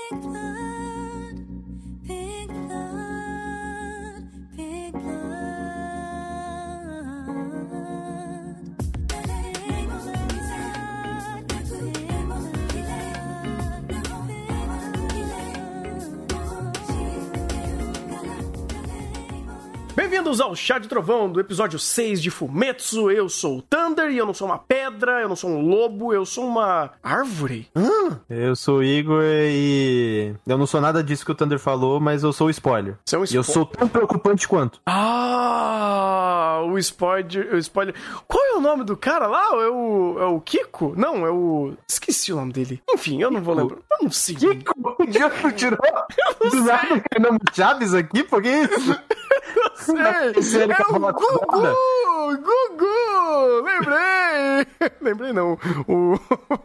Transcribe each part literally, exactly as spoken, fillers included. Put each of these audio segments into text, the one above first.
Bem-vindos ao Chá de Trovão do episódio seis de Fumetsu. Eu sou o Thunder e eu não sou uma pedra, eu não sou um lobo, eu sou uma árvore. Hã? Eu sou o Igor e eu não sou nada disso que o Thunder falou, mas eu sou o spoiler. Você é um spoiler. E eu sou tão preocupante quanto. Ah, o spoiler, o spoiler. Qual é o nome do cara lá? É o, é o Kiko? Não, é o... Esqueci o nome dele. Enfim, eu não vou lembrar. Eu não sei. Kiko? O Diogo tirou do nada o nome Chaves aqui? Por que isso? Sei. É o Gugu! Gugu! Lembrei! Lembrei não. O...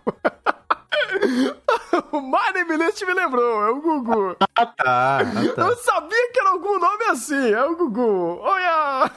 O Mari Bilhete me lembrou, é o Gugu. Ah, tá, ah, tá. Eu sabia que era algum nome assim, é o Gugu. Olha!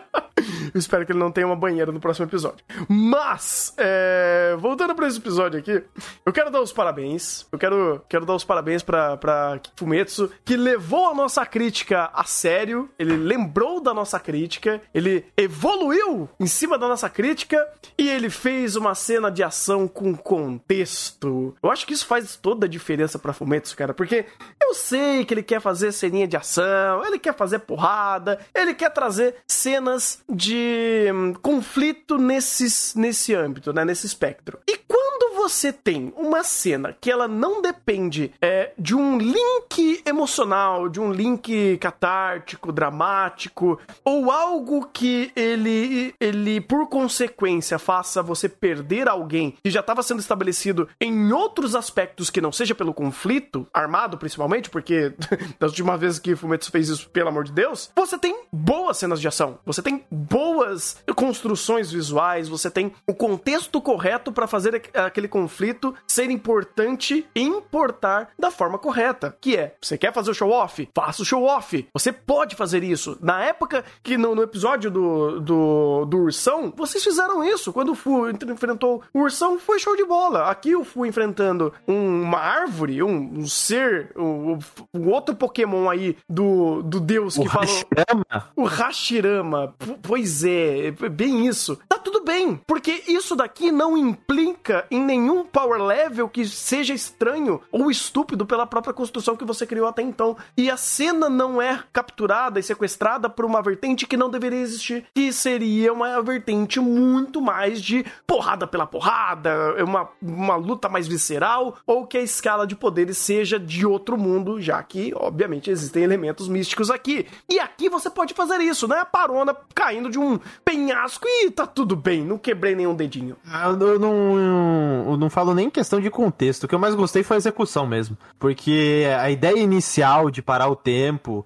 Eu espero que ele não tenha uma banheira no próximo episódio. Mas, é... voltando pra esse episódio aqui, eu quero dar os parabéns. Eu quero, quero dar os parabéns pra, pra Fumetsu, que levou a nossa crítica a sério. Ele lembrou da nossa crítica, ele evoluiu em cima da nossa crítica e ele fez uma cena de ação com contexto. Eu acho que isso faz toda a diferença pra Fumetsu, cara, porque eu sei que ele quer fazer ceninha de ação, ele quer fazer porrada, ele quer trazer cenas de hum, conflito nesses, nesse âmbito, né, nesse espectro. E quando você tem uma cena que ela não depende é, de um link emocional, de um link catártico, dramático, ou algo que ele, ele por consequência, faça você perder alguém que já estava sendo estabelecido em outros aspectos que não seja pelo conflito, armado principalmente, porque das últimas vezes que Fumetsu fez isso, pelo amor de Deus, você tem boas cenas de ação, você tem boas construções visuais, você tem o contexto correto para fazer aquele conflito ser importante e importar da forma correta, que é, você quer fazer o show-off? Faça o show-off. Você pode fazer isso. Na época que no, no episódio do, do, do Ursão, vocês fizeram isso. Quando o Fu enfrentou o Ursão, foi show de bola. Aqui o Fu enfrentando um, uma árvore, um, um ser, um, um outro Pokémon aí do, do deus que o falou... Hashirama. O Hashirama. P- pois é, bem isso. Tá tudo bem, porque isso daqui não implica em nenhum power level que seja estranho ou estúpido pela própria construção que você criou até então. E a cena não é capturada e sequestrada por uma vertente que não deveria existir, que seria uma vertente muito mais de porrada pela porrada, uma, uma luta mais visceral, ou que a escala de poderes seja de outro mundo, já que, obviamente, existem elementos místicos aqui. E aqui você pode fazer isso, né? A Parona caindo de um penhasco e tá tudo bem, não quebrei nenhum dedinho. Eu não, eu não falo nem em questão de contexto. O que eu mais gostei foi a execução mesmo. Porque a ideia inicial de parar o tempo,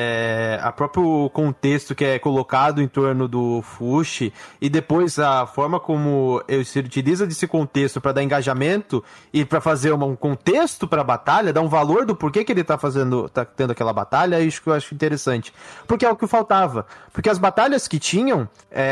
é, a próprio contexto que é colocado em torno do Fushi, e depois a forma como ele se utiliza desse contexto para dar engajamento e para fazer um contexto para a batalha, dar um valor do porquê que ele tá fazendo, tá tendo aquela batalha, é isso que eu acho interessante. Porque é o que faltava. Porque as batalhas que tinham,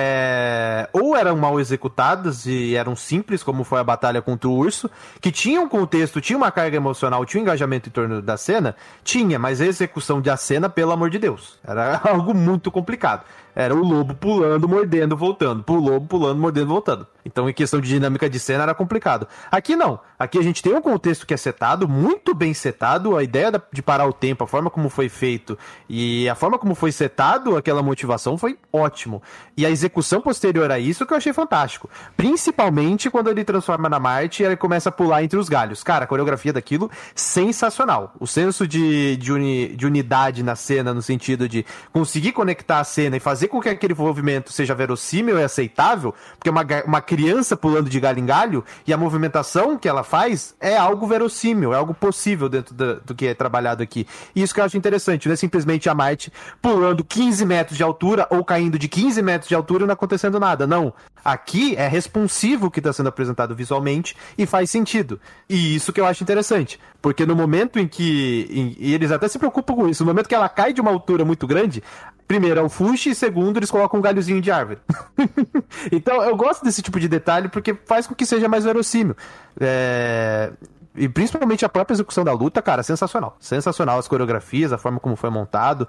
é, ou eram mal executadas e eram simples, como foi a batalha contra o urso, que tinha um contexto, tinha uma carga emocional, tinha um engajamento em torno da cena, tinha, mas a execução de a cena, pelo amor de Deus, era algo muito complicado. Era o lobo pulando, mordendo, voltando. O lobo pulando, mordendo, voltando. Então, em questão de dinâmica de cena, era complicado. Aqui não. Aqui a gente tem um contexto que é setado, muito bem setado. A ideia de parar o tempo, a forma como foi feito e a forma como foi setado aquela motivação foi ótimo. E a execução posterior a isso que eu achei fantástico. Principalmente quando ele transforma na Marte e ele começa a pular entre os galhos. Cara, a coreografia daquilo, sensacional. O senso de, de, uni, de unidade na cena, no sentido de conseguir conectar a cena e fazer com que aquele movimento seja verossímil e aceitável, porque uma, uma criança pulando de galho em galho e a movimentação que ela faz é algo verossímil, é algo possível dentro do, do que é trabalhado aqui. E isso que eu acho interessante, não é simplesmente a Marte pulando quinze metros de altura ou caindo de quinze metros de altura e não acontecendo nada, não. Aqui é responsivo o que está sendo apresentado visualmente e faz sentido. E isso que eu acho interessante, porque no momento em que, em, e eles até se preocupam com isso, no momento que ela cai de uma altura muito grande, primeiro é o Fushi e segundo eles colocam um galhozinho de árvore. Então eu gosto desse tipo de detalhe porque faz com que seja mais verossímil. É... e principalmente a própria execução da luta, cara, sensacional. Sensacional as coreografias, a forma como foi montado,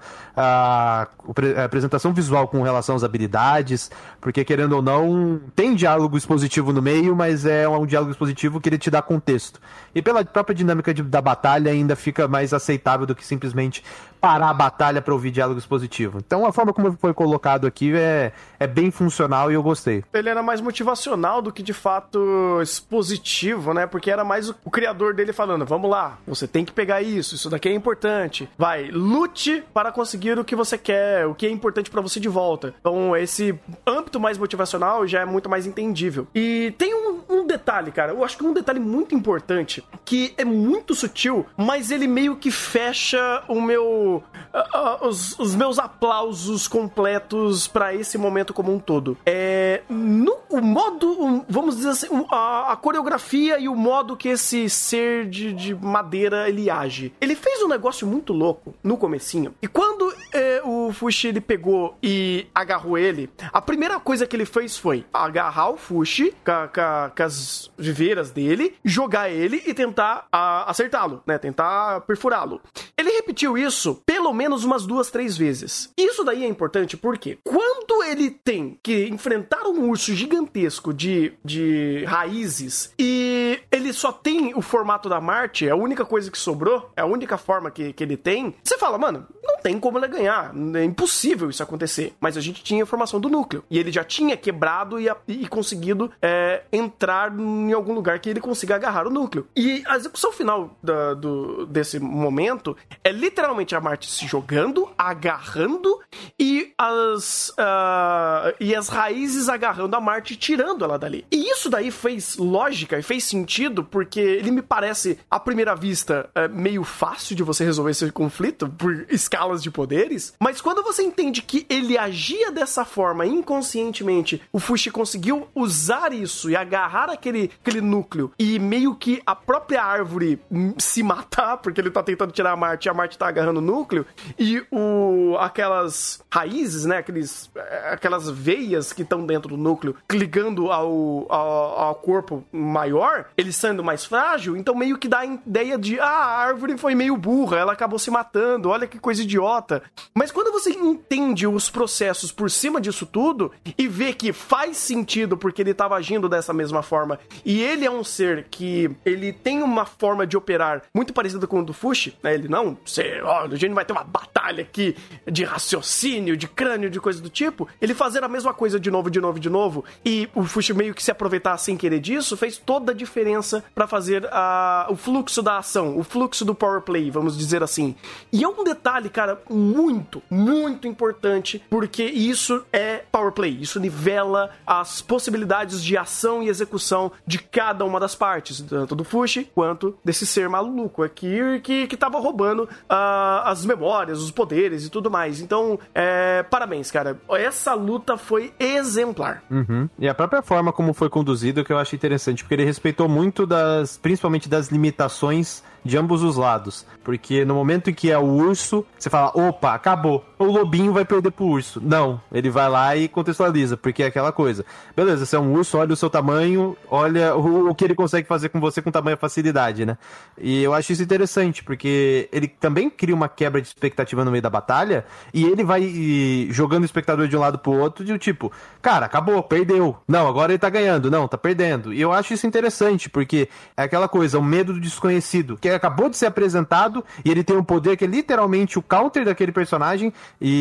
a, a apresentação visual com relação às habilidades, porque querendo ou não, tem diálogo expositivo no meio, mas é um diálogo expositivo que ele te dá contexto. E pela própria dinâmica de, da batalha ainda fica mais aceitável do que simplesmente parar a batalha para ouvir diálogo expositivo. Então a forma como foi colocado aqui é, é bem funcional e eu gostei. Ele era mais motivacional do que de fato expositivo, né? Porque era mais o, o criador dele falando, vamos lá, você tem que pegar isso, isso daqui é importante. Vai, lute para conseguir o que você quer, o que é importante para você de volta. Então esse âmbito mais motivacional já é muito mais entendível. E tem um, um detalhe, cara, eu acho que um detalhe muito importante, que é muito sutil, mas ele meio que fecha o meu... Uh, uh, os, os meus aplausos completos pra esse momento como um todo. É... No, o modo, um, vamos dizer assim, um, a, a coreografia e o modo que esse ser de, de madeira, ele age. Ele fez um negócio muito louco no comecinho. E quando é, o Fushi, ele pegou e agarrou ele, a primeira coisa que ele fez foi agarrar o Fushi com as viveiras dele, jogar ele e tentar a, acertá-lo, né? Tentar perfurá-lo. Ele repetiu isso pelo menos umas duas, três vezes. Isso daí é importante porque quando ele tem que enfrentar um urso gigantesco de, de raízes e ele só tem o formato da Marte, é a única coisa que sobrou, é a única forma que, que ele tem, você fala, mano, não tem como ele ganhar, é impossível isso acontecer. Mas a gente tinha a informação do núcleo e ele já tinha quebrado e, e conseguido é, entrar em algum lugar que ele consiga agarrar o núcleo. E a execução final da, do, desse momento é literalmente a Marte se jogando, agarrando e as, uh, e as raízes agarrando a Marte e tirando ela dali. E isso daí fez lógica e fez sentido porque ele me parece, à primeira vista, uh, meio fácil de você resolver esse conflito por escalas de poderes, mas quando você entende que ele agia dessa forma inconscientemente, o Fushi conseguiu usar isso e agarrar aquele, aquele núcleo e meio que a própria árvore se matar, porque ele tá tentando tirar a Marte e a Marte tá agarrando o núcleo, e o, aquelas raízes, né, aqueles, aquelas veias que estão dentro do núcleo, ligando ao, ao, ao corpo maior, ele sendo mais frágil, então meio que dá a ideia de, ah, a árvore foi meio burra, ela acabou se matando, olha que coisa idiota. Mas quando você entende os processos por cima disso tudo, e vê que faz sentido porque ele estava agindo dessa mesma forma, e ele é um ser que, ele tem uma forma de operar muito parecida com o do Fushi, né, ele não, você, ó, a gente vai ter uma batalha aqui de raciocínio, de crânio, de coisa do tipo, ele fazer a mesma coisa de novo, de novo, de novo, e o Fushi meio que se aproveitar sem querer disso, fez toda a diferença pra fazer a, o fluxo da ação, o fluxo do power play, vamos dizer assim. E é um detalhe, cara, muito, muito importante, porque isso é power play, isso nivela as possibilidades de ação e execução de cada uma das partes, tanto do Fushi quanto desse ser maluco aqui que, que tava roubando uh, as memórias, os poderes e tudo mais. Então, é, parabéns, cara. Essa luta foi exemplar. Uhum. E a própria forma como foi conduzido que eu acho interessante, porque ele respeitou muito das, principalmente das limitações de ambos os lados, porque no momento em que é o urso, você fala, opa, acabou, o lobinho vai perder pro urso. Não, ele vai lá e contextualiza, porque é aquela coisa, beleza, você é um urso, olha o seu tamanho, olha o, o que ele consegue fazer com você com tamanha facilidade, né? E eu acho isso interessante, porque ele também cria uma quebra de expectativa no meio da batalha, e ele vai e, jogando o espectador de um lado pro outro, de tipo, cara, acabou, perdeu, não, agora ele tá ganhando, não, tá perdendo. E eu acho isso interessante, porque é aquela coisa, o medo do desconhecido, que acabou de ser apresentado e ele tem um poder que é literalmente o counter daquele personagem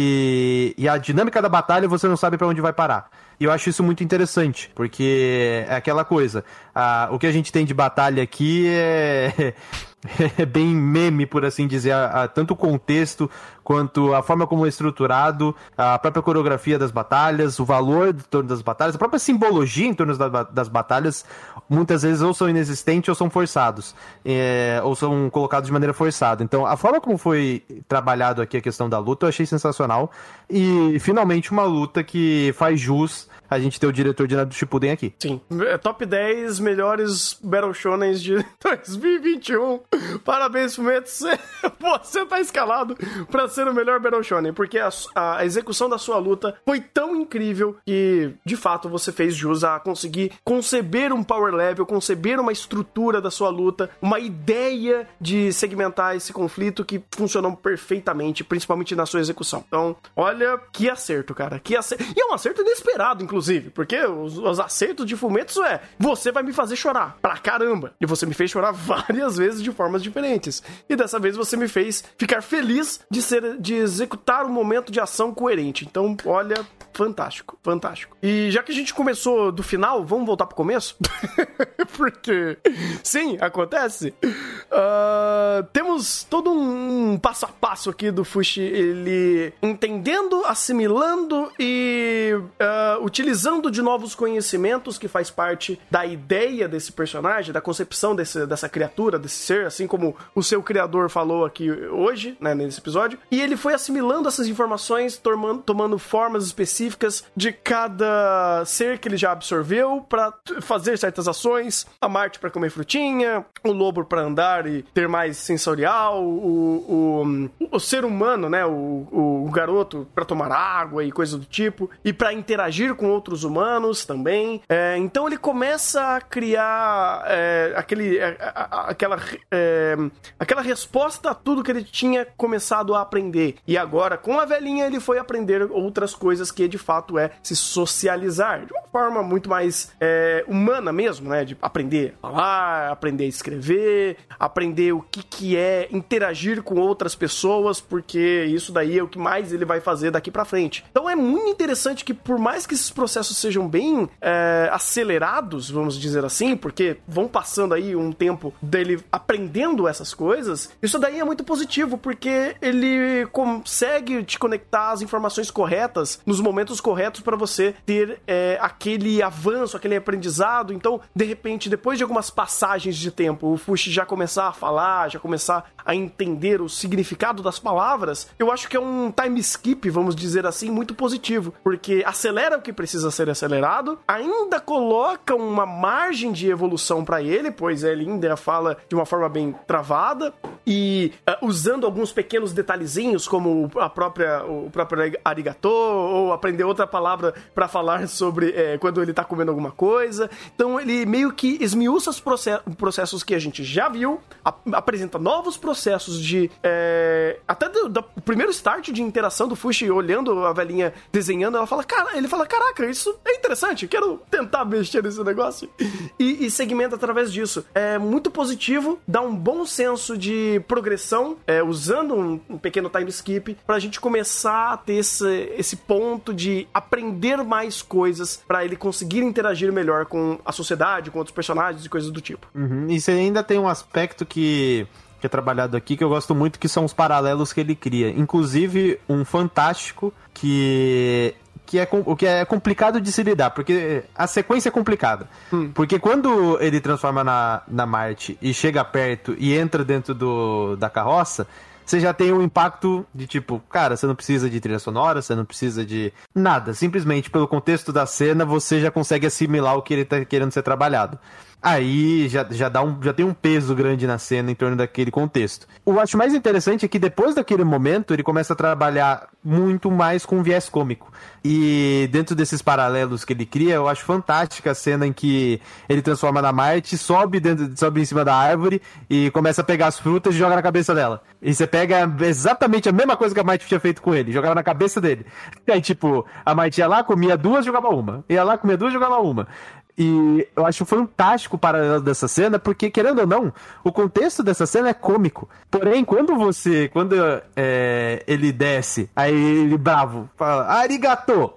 e, e a dinâmica da batalha você não sabe pra onde vai parar. E eu acho isso muito interessante, porque é aquela coisa, a, o que a gente tem de batalha aqui é... é bem meme, por assim dizer, a, a, tanto o contexto quanto a forma como é estruturado, a própria coreografia das batalhas, o valor em torno das batalhas, a própria simbologia em torno das, das batalhas, muitas vezes ou são inexistentes ou são forçados, é, ou são colocados de maneira forçada. Então, a forma como foi trabalhado aqui a questão da luta, eu achei sensacional. E, finalmente, uma luta que faz jus a gente ter o diretor de Naruto Shippuden aqui. Sim. Top dez melhores Battle Shonens de dois mil e vinte e um. Parabéns, Fumetsu. Você tá escalado pra ser o melhor Battle Shonen, porque a, a execução da sua luta foi tão incrível que, de fato, você fez jus a conseguir conceber um power level, conceber uma estrutura da sua luta, uma ideia de segmentar esse conflito que funcionou perfeitamente, principalmente na sua execução. Então, olha, que acerto, cara. Que acerto. E é um acerto inesperado, inclusive, porque os, os acertos de Fumetsu é: você vai me fazer chorar pra caramba. E você me fez chorar várias vezes de formas diferentes. E dessa vez você me fez ficar feliz de, ser, de executar um momento de ação coerente. Então, olha, fantástico, fantástico. E já que a gente começou do final, vamos voltar pro começo? Porque, sim, acontece. Uh, temos todo um passo a passo aqui do Fushi, ele entendendo, assimilando e uh, utilizando de novos conhecimentos que faz parte da ideia desse personagem, da concepção desse, dessa criatura, desse ser, assim como o seu criador falou aqui hoje, né, nesse episódio. E ele foi assimilando essas informações, tomando, tomando formas específicas de cada ser que ele já absorveu para fazer certas ações. A Marte para comer frutinha, o lobo para andar e ter mais sensorial, o, o, o ser humano, né, o, o garoto para tomar água e coisa do tipo, e para interagir com outros humanos também. É, então ele começa a criar é, aquele, é, a, aquela, é, aquela resposta a tudo que ele tinha começado a aprender. E agora, com a velhinha, ele foi aprender outras coisas que de fato é se socializar, de uma forma muito mais é, humana mesmo, né, de aprender a falar, aprender a escrever, aprender o que, que é interagir com outras pessoas, porque isso daí é o que mais ele vai fazer daqui pra frente. Então é muito interessante que, por mais que esses processos sejam bem é, acelerados, vamos dizer assim, porque vão passando aí um tempo dele aprendendo essas coisas, isso daí é muito positivo, porque ele consegue te conectar às informações corretas nos momentos corretos para você ter é, aquele avanço, aquele aprendizado. Então, de repente, depois de algumas passagens de tempo, o Fushi já começar a falar, já começar a entender o significado das palavras, eu acho que é um time skip, vamos dizer assim, muito positivo, porque acelera o que precisa ser acelerado, ainda coloca uma margem de evolução para ele, pois ele ainda fala de uma forma bem travada, e uh, usando alguns pequenos detalhezinhos, como a própria, o próprio arigato, ou aprender outra palavra para falar sobre é, quando ele tá comendo alguma coisa. Então ele meio que esmiuça os processos, processos que a gente já viu, ap- apresenta novos processos de... É, até do, do primeiro start de interação do Fushi olhando a velhinha desenhando, ela fala, cara, ele fala, caraca, isso é interessante, eu quero tentar mexer nesse negócio. E, e segmenta através disso. É muito positivo, dá um bom senso de progressão, é, usando um, um pequeno time skip, pra gente começar a ter esse, esse ponto de aprender mais coisas, pra ele conseguir interagir melhor com a sociedade, com outros personagens e coisas do tipo. Uhum. E você ainda tem um aspecto que... que é trabalhado aqui, que eu gosto muito, que são os paralelos que ele cria. Inclusive, um fantástico que... que é, o que é complicado de se lidar, porque a sequência é complicada. Hum. Porque quando ele transforma na, na Marte e chega perto e entra dentro do, da carroça, você já tem um impacto de tipo, cara, você não precisa de trilha sonora, você não precisa de nada. Simplesmente pelo contexto da cena, você já consegue assimilar o que ele tá querendo ser trabalhado. Aí já, já, dá um, já tem um peso grande na cena em torno daquele contexto. O que eu acho mais interessante é que depois daquele momento ele começa a trabalhar muito mais com viés cômico. E dentro desses paralelos que ele cria, eu acho fantástica a cena em que ele transforma na Marte, sobe, dentro, sobe em cima da árvore e começa a pegar as frutas e joga na cabeça dela. E você pega exatamente a mesma coisa que a Marte tinha feito com ele, jogava na cabeça dele. E aí, tipo, a Marte ia lá, comia duas, jogava uma. Ia lá, comia duas, jogava uma. E eu acho fantástico o paralelo dessa cena, porque, querendo ou não, o contexto dessa cena é cômico. Porém, quando você, quando é, ele desce, aí ele bravo, fala, arigato!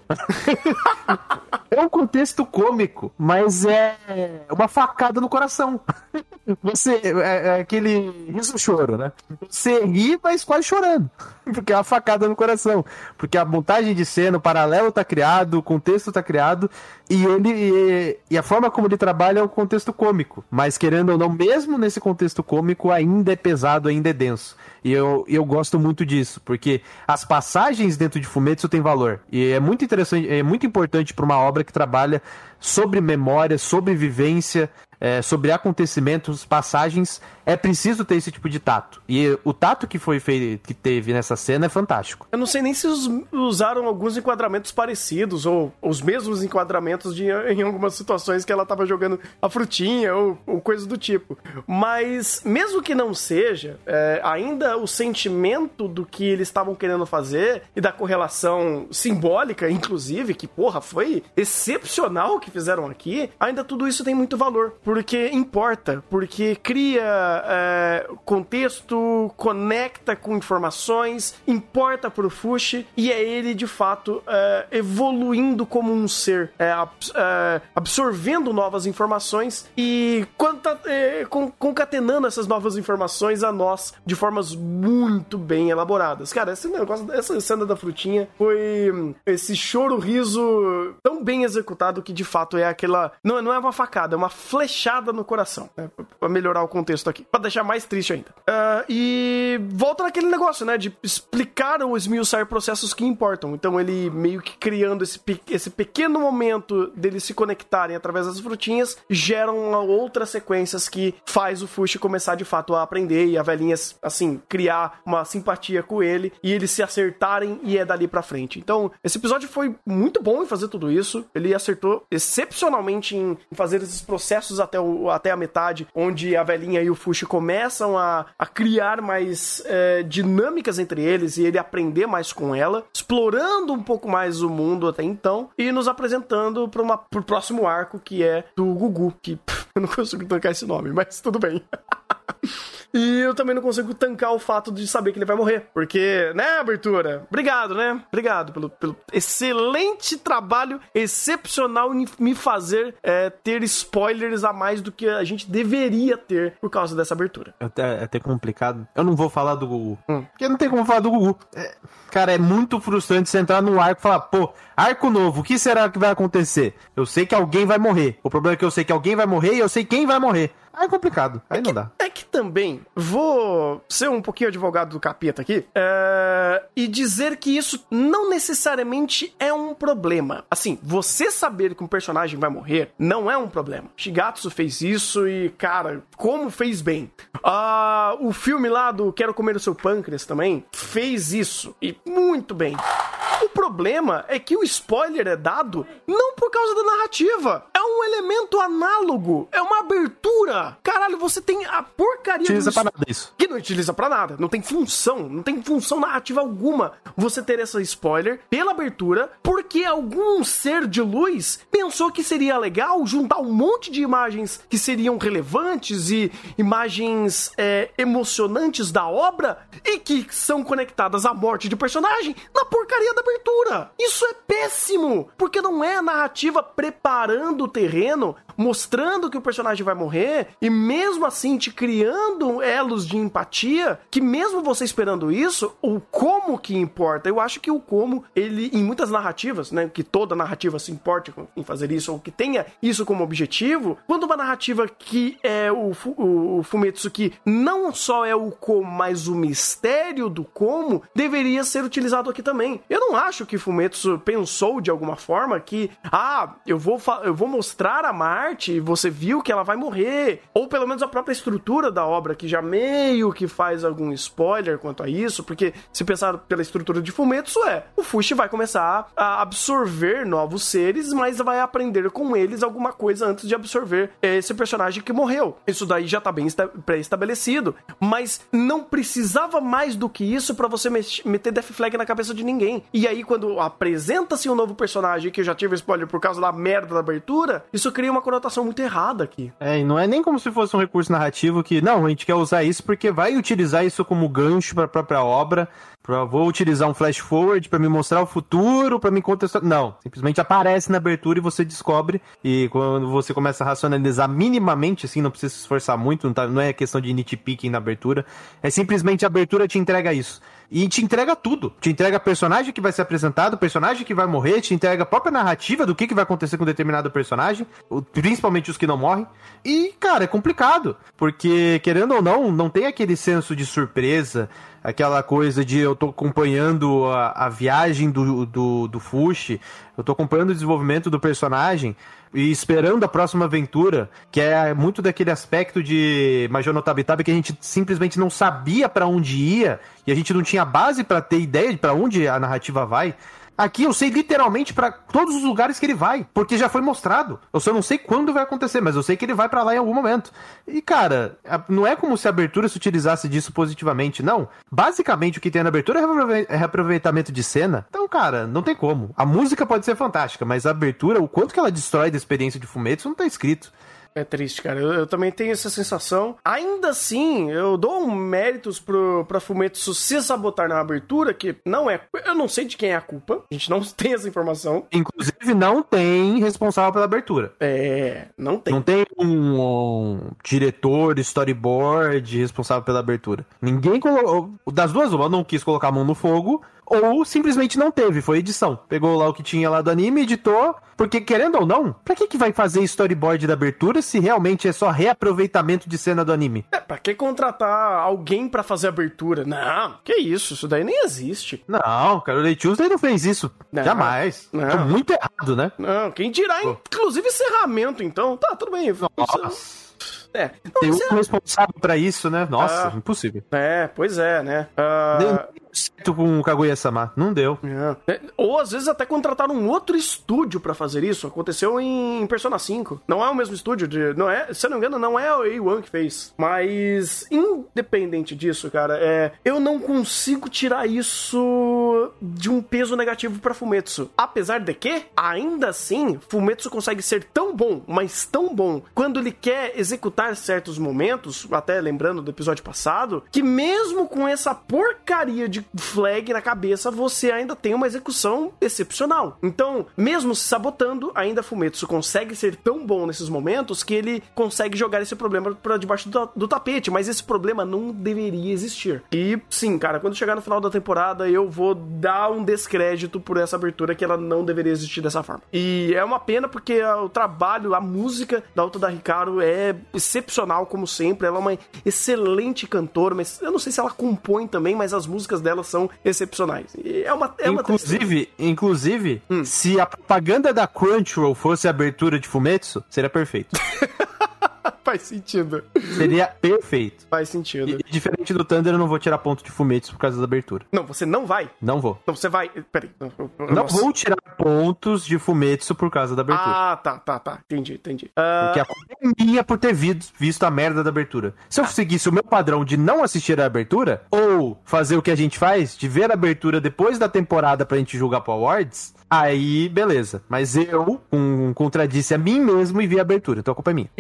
É um contexto cômico, mas é uma facada no coração. Você, é, é aquele riso-choro, né? Você ri, mas quase chorando, porque é uma facada no coração. Porque a montagem de cena, o paralelo tá criado, o contexto tá criado, e ele... E, E a forma como ele trabalha é um contexto cômico. Mas, querendo ou não, mesmo nesse contexto cômico, ainda é pesado, ainda é denso. E eu, eu gosto muito disso, porque as passagens dentro de Fumetsu têm valor. E é muito interessante, é muito importante para uma obra que trabalha sobre memória, sobre vivência, é, sobre acontecimentos, passagens, é preciso ter esse tipo de tato. E o tato que foi feito, que teve nessa cena é fantástico. Eu não sei nem se os, usaram alguns enquadramentos parecidos, ou os mesmos enquadramentos de, em algumas situações que ela tava jogando a frutinha, ou, ou coisa do tipo. Mas, mesmo que não seja, é, ainda o sentimento do que eles estavam querendo fazer, e da correlação simbólica, inclusive, que, porra, foi excepcional o que fizeram aqui, ainda tudo isso tem muito valor, porque importa, porque cria é, contexto, conecta com informações, importa pro Fushi, e é ele, de fato, é, evoluindo como um ser, é, é, absorvendo novas informações e quanta, é, concatenando essas novas informações a nós de formas muito bem elaboradas. Cara, esse negócio, essa cena da frutinha foi esse choro-riso tão bem executado que, de fato, é aquela... Não, não é uma facada, é uma flechada no coração, né? Pra melhorar o contexto aqui. Pra deixar mais triste ainda. Uh, e volta naquele negócio, né? De explicar ou esmiuçar processos que importam. Então, ele meio que criando esse, esse pequeno momento deles se conectarem através das frutinhas, geram outras sequências que faz o Fushi começar, de fato, a aprender e a velhinha, assim, criar uma simpatia com ele e eles se acertarem e é dali pra frente. Então, esse episódio foi muito bom em fazer tudo isso. Ele acertou excepcionalmente em fazer esses processos até, o, até a metade, onde a velhinha e o Fushi começam a, a criar mais é, dinâmicas entre eles e ele aprender mais com ela, explorando um pouco mais o mundo até então e nos apresentando para uma pro próximo arco, que é do Gugu, que pff, eu não consigo tancar esse nome, mas tudo bem. E eu também não consigo tancar o fato de saber que ele vai morrer. Porque, né, abertura? Obrigado, né? Obrigado pelo, pelo excelente trabalho, excepcional em me fazer é, ter spoilers a mais do que a gente deveria ter por causa dessa abertura. É até, é até complicado. Eu não vou falar do Gugu. Hum. Porque não tem como falar do Gugu. É, cara, é muito frustrante você entrar num arco e falar, pô, arco novo, o que será que vai acontecer? Eu sei que alguém vai morrer. O problema é que eu sei que alguém vai morrer e eu sei quem vai morrer. Aí é complicado, aí é não que, dá. É que também, vou ser um pouquinho advogado do capeta aqui, é, e dizer que isso não necessariamente é um problema. Assim, você saber que um personagem vai morrer não é um problema. Shigatsu fez isso e, cara, como fez bem. Ah, o filme lá do Quero Comer o Seu Pâncreas também fez isso, e muito bem. O problema é que o spoiler é dado não por causa da narrativa. É um elemento análogo. É uma abertura. Caralho, você tem a porcaria... Utiliza do... pra nada isso. Que não utiliza pra nada. Não tem função. Não tem função narrativa alguma você ter essa spoiler pela abertura porque algum ser de luz pensou que seria legal juntar um monte de imagens que seriam relevantes e imagens é, emocionantes da obra e que são conectadas à morte de personagem na porcaria da abertura. Isso é péssimo, porque não é a narrativa preparando o terreno, mostrando que o personagem vai morrer e mesmo assim te criando elos de empatia, que mesmo você esperando isso, o como que importa. Eu acho que o como, ele, em muitas narrativas, né, que toda narrativa se importe em fazer isso, ou que tenha isso como objetivo, quando uma narrativa que é o, o, o Fumetsu, que não só é o como, mas o mistério do como, deveria ser utilizado aqui também. Eu não acho que Fumetsu pensou de alguma forma que, ah, eu vou, eu vou mostrar a Marte e você viu que ela vai morrer. Ou pelo menos a própria estrutura da obra, que já meio que faz algum spoiler quanto a isso, porque se pensar pela estrutura de Fumetsu é, o Fushi vai começar a absorver novos seres, mas vai aprender com eles alguma coisa antes de absorver esse personagem que morreu. Isso daí já tá bem pré-estabelecido, mas não precisava mais do que isso pra você meter Death Flag na cabeça de ninguém. E aí, quando apresenta-se um novo personagem, que eu já tive spoiler por causa da merda da abertura, isso cria uma conotação muito errada aqui. É, e não é nem como se fosse um recurso narrativo que, não, a gente quer usar isso porque vai utilizar isso como gancho pra própria obra, pra, vou utilizar um flash forward pra me mostrar o futuro, pra me contextualizar. Não, simplesmente aparece na abertura e você descobre, e quando você começa a racionalizar minimamente, assim, não precisa se esforçar muito, não, tá, não é questão de nitpicking na abertura, é simplesmente a abertura te entrega isso. E te entrega tudo. Te entrega personagem que vai ser apresentado, personagem que vai morrer, te entrega a própria narrativa do que, que vai acontecer com determinado personagem, principalmente os que não morrem. E, cara, é complicado. Porque, querendo ou não, não tem aquele senso de surpresa, aquela coisa de eu tô acompanhando a, a viagem do, do, do Fushi, eu tô acompanhando o desenvolvimento do personagem. e esperando a próxima aventura, que é muito daquele aspecto de Major no Tabitabi que a gente simplesmente não sabia pra onde ia, e a gente não tinha base pra ter ideia de pra onde a narrativa vai. Aqui eu sei literalmente pra todos os lugares que ele vai, porque já foi mostrado. Eu só não sei quando vai acontecer, mas eu sei que ele vai pra lá em algum momento. E, cara, não é como se a abertura se utilizasse disso positivamente, não. Basicamente, o que tem na abertura é reaproveitamento de cena. Então, cara, não tem como. A música pode ser fantástica, mas a abertura, o quanto que ela destrói da experiência de Fumetsu, não tá escrito. É triste, cara. Eu, eu também tenho essa sensação. Ainda assim, eu dou um méritos pro, pra Fumetsu se sabotar na abertura, que não é... Eu não sei de quem é a culpa. A gente não tem essa informação. Inclusive, não tem responsável pela abertura. É, não tem. Não tem um, um diretor, storyboard responsável pela abertura. Ninguém colocou... Das duas, uma não quis colocar a mão no fogo... Ou simplesmente não teve, foi edição. Pegou lá o que tinha lá do anime, editou, porque querendo ou não, pra que que vai fazer storyboard da abertura se realmente é só reaproveitamento de cena do anime? É, pra que contratar alguém pra fazer a abertura? Não, que isso, isso daí nem existe. Não, cara, o Lei Tuesday não fez isso. Não, Jamais. Não. É muito errado, né? Não, quem dirá, oh. inclusive encerramento, então. Tá, tudo bem. Nossa. É. Tem um é... responsável pra isso, né? Nossa, ah, impossível. É, pois é, né? Uh... Deu certo com o Kaguya-sama. Não deu. É. Ou às vezes até contrataram um outro estúdio pra fazer isso. Aconteceu em Persona cinco. Não é o mesmo estúdio. De... Não é, se eu não me engano, não é o A um que fez. Mas, independente disso, cara, é... eu não consigo tirar isso de um peso negativo pra Fumetsu. Apesar de que, ainda assim, Fumetsu consegue ser tão bom, mas tão bom, quando ele quer executar certos momentos, até lembrando do episódio passado, que mesmo com essa porcaria de flag na cabeça, você ainda tem uma execução excepcional. Então, mesmo se sabotando, ainda Fumetsu consegue ser tão bom nesses momentos que ele consegue jogar esse problema pra debaixo do, do tapete, mas esse problema não deveria existir. E sim, cara, quando chegar no final da temporada, eu vou dar um descrédito por essa abertura que ela não deveria existir dessa forma. E é uma pena porque o trabalho, a música da Utada Hikaru é excepcional, como sempre. Ela é uma excelente cantora, mas eu não sei se ela compõe também, mas as músicas dela são excepcionais. E é uma, é uma inclusive, inclusive hum. se a propaganda da Crunchyroll fosse a abertura de Fumetsu, seria perfeito. Faz sentido. Seria perfeito. Faz sentido. E, diferente do Thunder, eu não vou tirar ponto de Fumetsu por causa da abertura. Não, você não vai? Não vou. Não, você vai... Peraí. Não Nossa. vou tirar pontos de Fumetsu por causa da abertura. Ah, tá, tá, tá. Entendi, entendi. Uh... Porque a culpa é minha por ter visto a merda da abertura. Se eu seguisse o meu padrão de não assistir a abertura, ou fazer o que a gente faz, de ver a abertura depois da temporada pra gente julgar pro Awards, aí beleza. Mas eu um, contradisse a mim mesmo e vi a abertura, então a culpa é minha.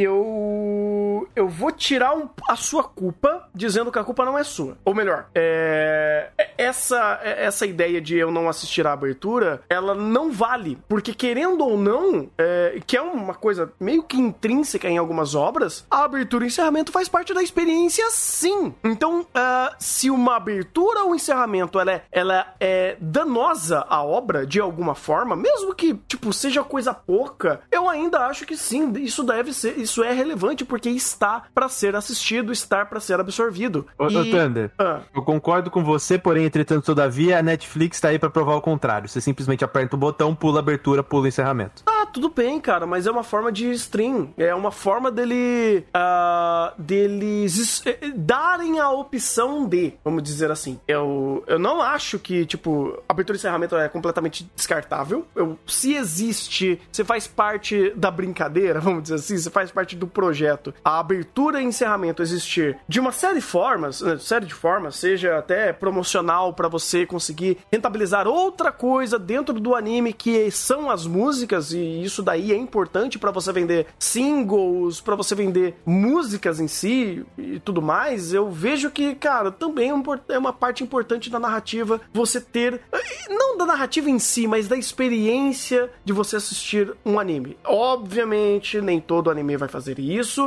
Eu... Eu vou tirar um, a sua culpa, dizendo que a culpa não é sua. Ou melhor, é... essa, essa ideia de eu não assistir a abertura, ela não vale. Porque querendo ou não, é... que é uma coisa meio que intrínseca em algumas obras, a abertura e o encerramento faz parte da experiência, sim. Então, uh, se uma abertura ou um encerramento ela é, ela é danosa à obra, de alguma forma, mesmo que, tipo, seja coisa pouca, eu ainda acho que sim, isso deve ser, isso é relevante, porque está pra ser assistido, está pra ser absorvido. Ô, e... ô Thunder, ah. eu concordo com você, porém, entretanto, todavia, a Netflix tá aí pra provar o contrário. Você simplesmente aperta o botão, pula a abertura, pula o encerramento. Ah, tudo bem, cara, mas é uma forma de stream. É uma forma dele... Uh, deles darem a opção de, vamos dizer assim. Eu, eu não acho que, tipo, abertura e encerramento é completamente descartável. Eu, se existe, você faz parte da brincadeira, vamos dizer assim, você faz parte do projeto. A abertura e encerramento existir de uma série de formas, né, série de formas, seja até promocional pra você conseguir rentabilizar outra coisa dentro do anime que são as músicas, e isso daí é importante pra você vender singles, pra você vender músicas em si e tudo mais. Eu vejo que, cara, também é uma parte importante da narrativa você ter, não da narrativa em si, mas da experiência de você assistir um anime. Obviamente, nem todo anime vai fazer isso.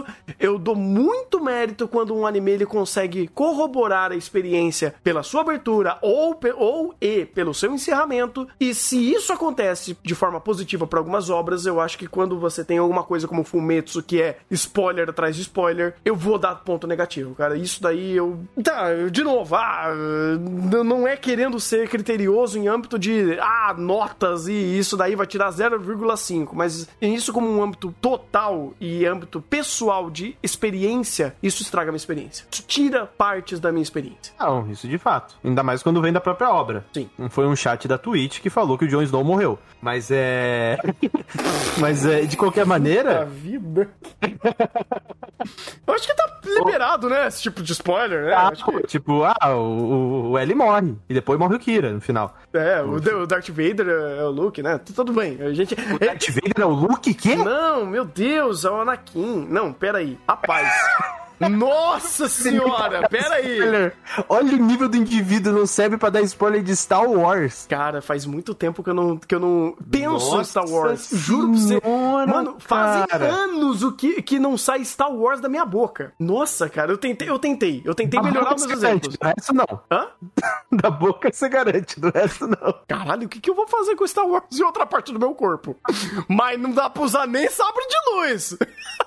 eu dou muito mérito quando um anime ele consegue corroborar a experiência pela sua abertura ou, ou e pelo seu encerramento, e se isso acontece de forma positiva para algumas obras, eu acho que quando você tem alguma coisa como Fumetsu, que é spoiler atrás de spoiler, eu vou dar ponto negativo, cara. Isso daí eu... Tá, de novo, ah, não é querendo ser criterioso em âmbito de, ah, notas e isso daí vai tirar zero vírgula cinco, mas isso como um âmbito total e âmbito pessoal de experiência, isso estraga a minha experiência. Isso tira partes da minha experiência. Não, isso de fato. Ainda mais quando vem da própria obra. Sim. Não foi um chat da Twitch que falou que o Jon Snow morreu. Mas é... Mas é, de qualquer maneira... A vida... Eu acho que tá liberado, né? Esse tipo de spoiler, né? Ah, acho que... Tipo, ah, o, o L morre. E depois morre o Kira, no final. É, o, o Darth Vader é o Luke, né? Tudo bem. A gente... O Darth Vader é o Luke? Que? Não, meu Deus, é o Anakin. Não, peraí. Rapaz... Nossa senhora, pera aí. Olha o nível do indivíduo, não serve pra dar spoiler de Star Wars. Cara, faz muito tempo que eu não, que eu não penso Nossa em Star Wars. Juro pra você. Mano, fazem cara. anos o que, que não sai Star Wars da minha boca. Nossa, cara, eu tentei, eu tentei. Eu tentei Da melhorar boca meus você exemplos. garante, do resto não. Hã? Da boca você garante, do resto não. Caralho, o que, que eu vou fazer com Star Wars em outra parte do meu corpo? Mas não dá pra usar nem sabre de luz.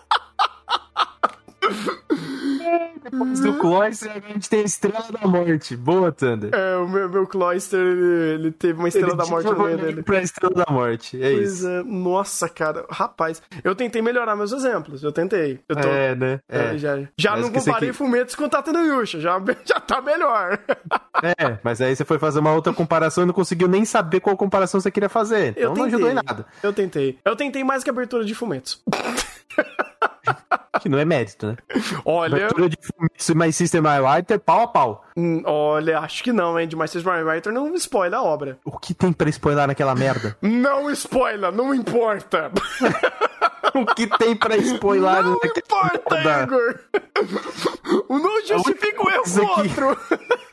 Depois do Cloyster, a gente tem a Estrela da Morte. Boa, Thunder. É, o meu, meu Cloyster, ele, ele teve uma Estrela Ele da Morte no meio dele. Pra Estrela da Morte, é Pois isso. é, nossa, cara, rapaz, eu tentei melhorar meus exemplos, eu tentei. Eu tô, É, né? É. é, já já Mas não que esse comparei aqui- Fumetsu com Tateno Yusha, já, já tá melhor. É, mas aí você foi fazer uma outra comparação e não conseguiu nem saber qual comparação você queria fazer. Então Eu não tentei, ajudou em nada. Eu tentei. Eu tentei mais que a abertura de Fumetsu. Que não é mérito, né? Olha, Abertura de Fumetsu e My Sister My Writer, pau a pau. hum, olha, acho que não, hein, de My Sister My Writer não spoiler a obra. O que tem pra spoiler naquela merda? Não spoiler, não importa. O que tem pra spoiler Não naquela importa, merda? Igor. O não justifica o erro Isso do aqui. outro.